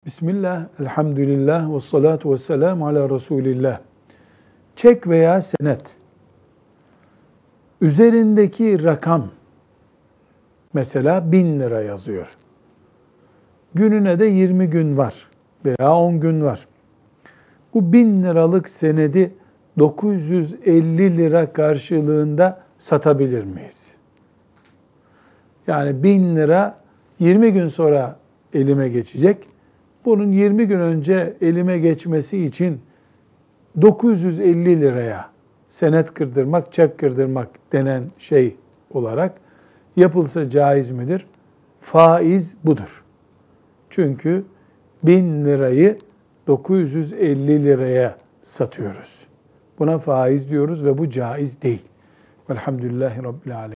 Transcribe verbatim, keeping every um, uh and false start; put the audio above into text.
Bismillah, elhamdülillah, ve salatu ve selamu ala Resulillah. Çek veya senet, üzerindeki rakam, mesela bin lira yazıyor. Gününe de yirmi gün var veya on gün var. Bu bin liralık senedi dokuz yüz elli lira karşılığında satabilir miyiz? Yani bin lira yirmi gün sonra elime geçecek. Bunun yirmi gün önce elime geçmesi için dokuz yüz elli liraya senet kırdırmak, çek kırdırmak denen şey olarak yapılsa caiz midir? Faiz budur. Çünkü bin lirayı dokuz yüz elli liraya satıyoruz. Buna faiz diyoruz ve bu caiz değil. Velhamdülillahi Rabbil Alemin.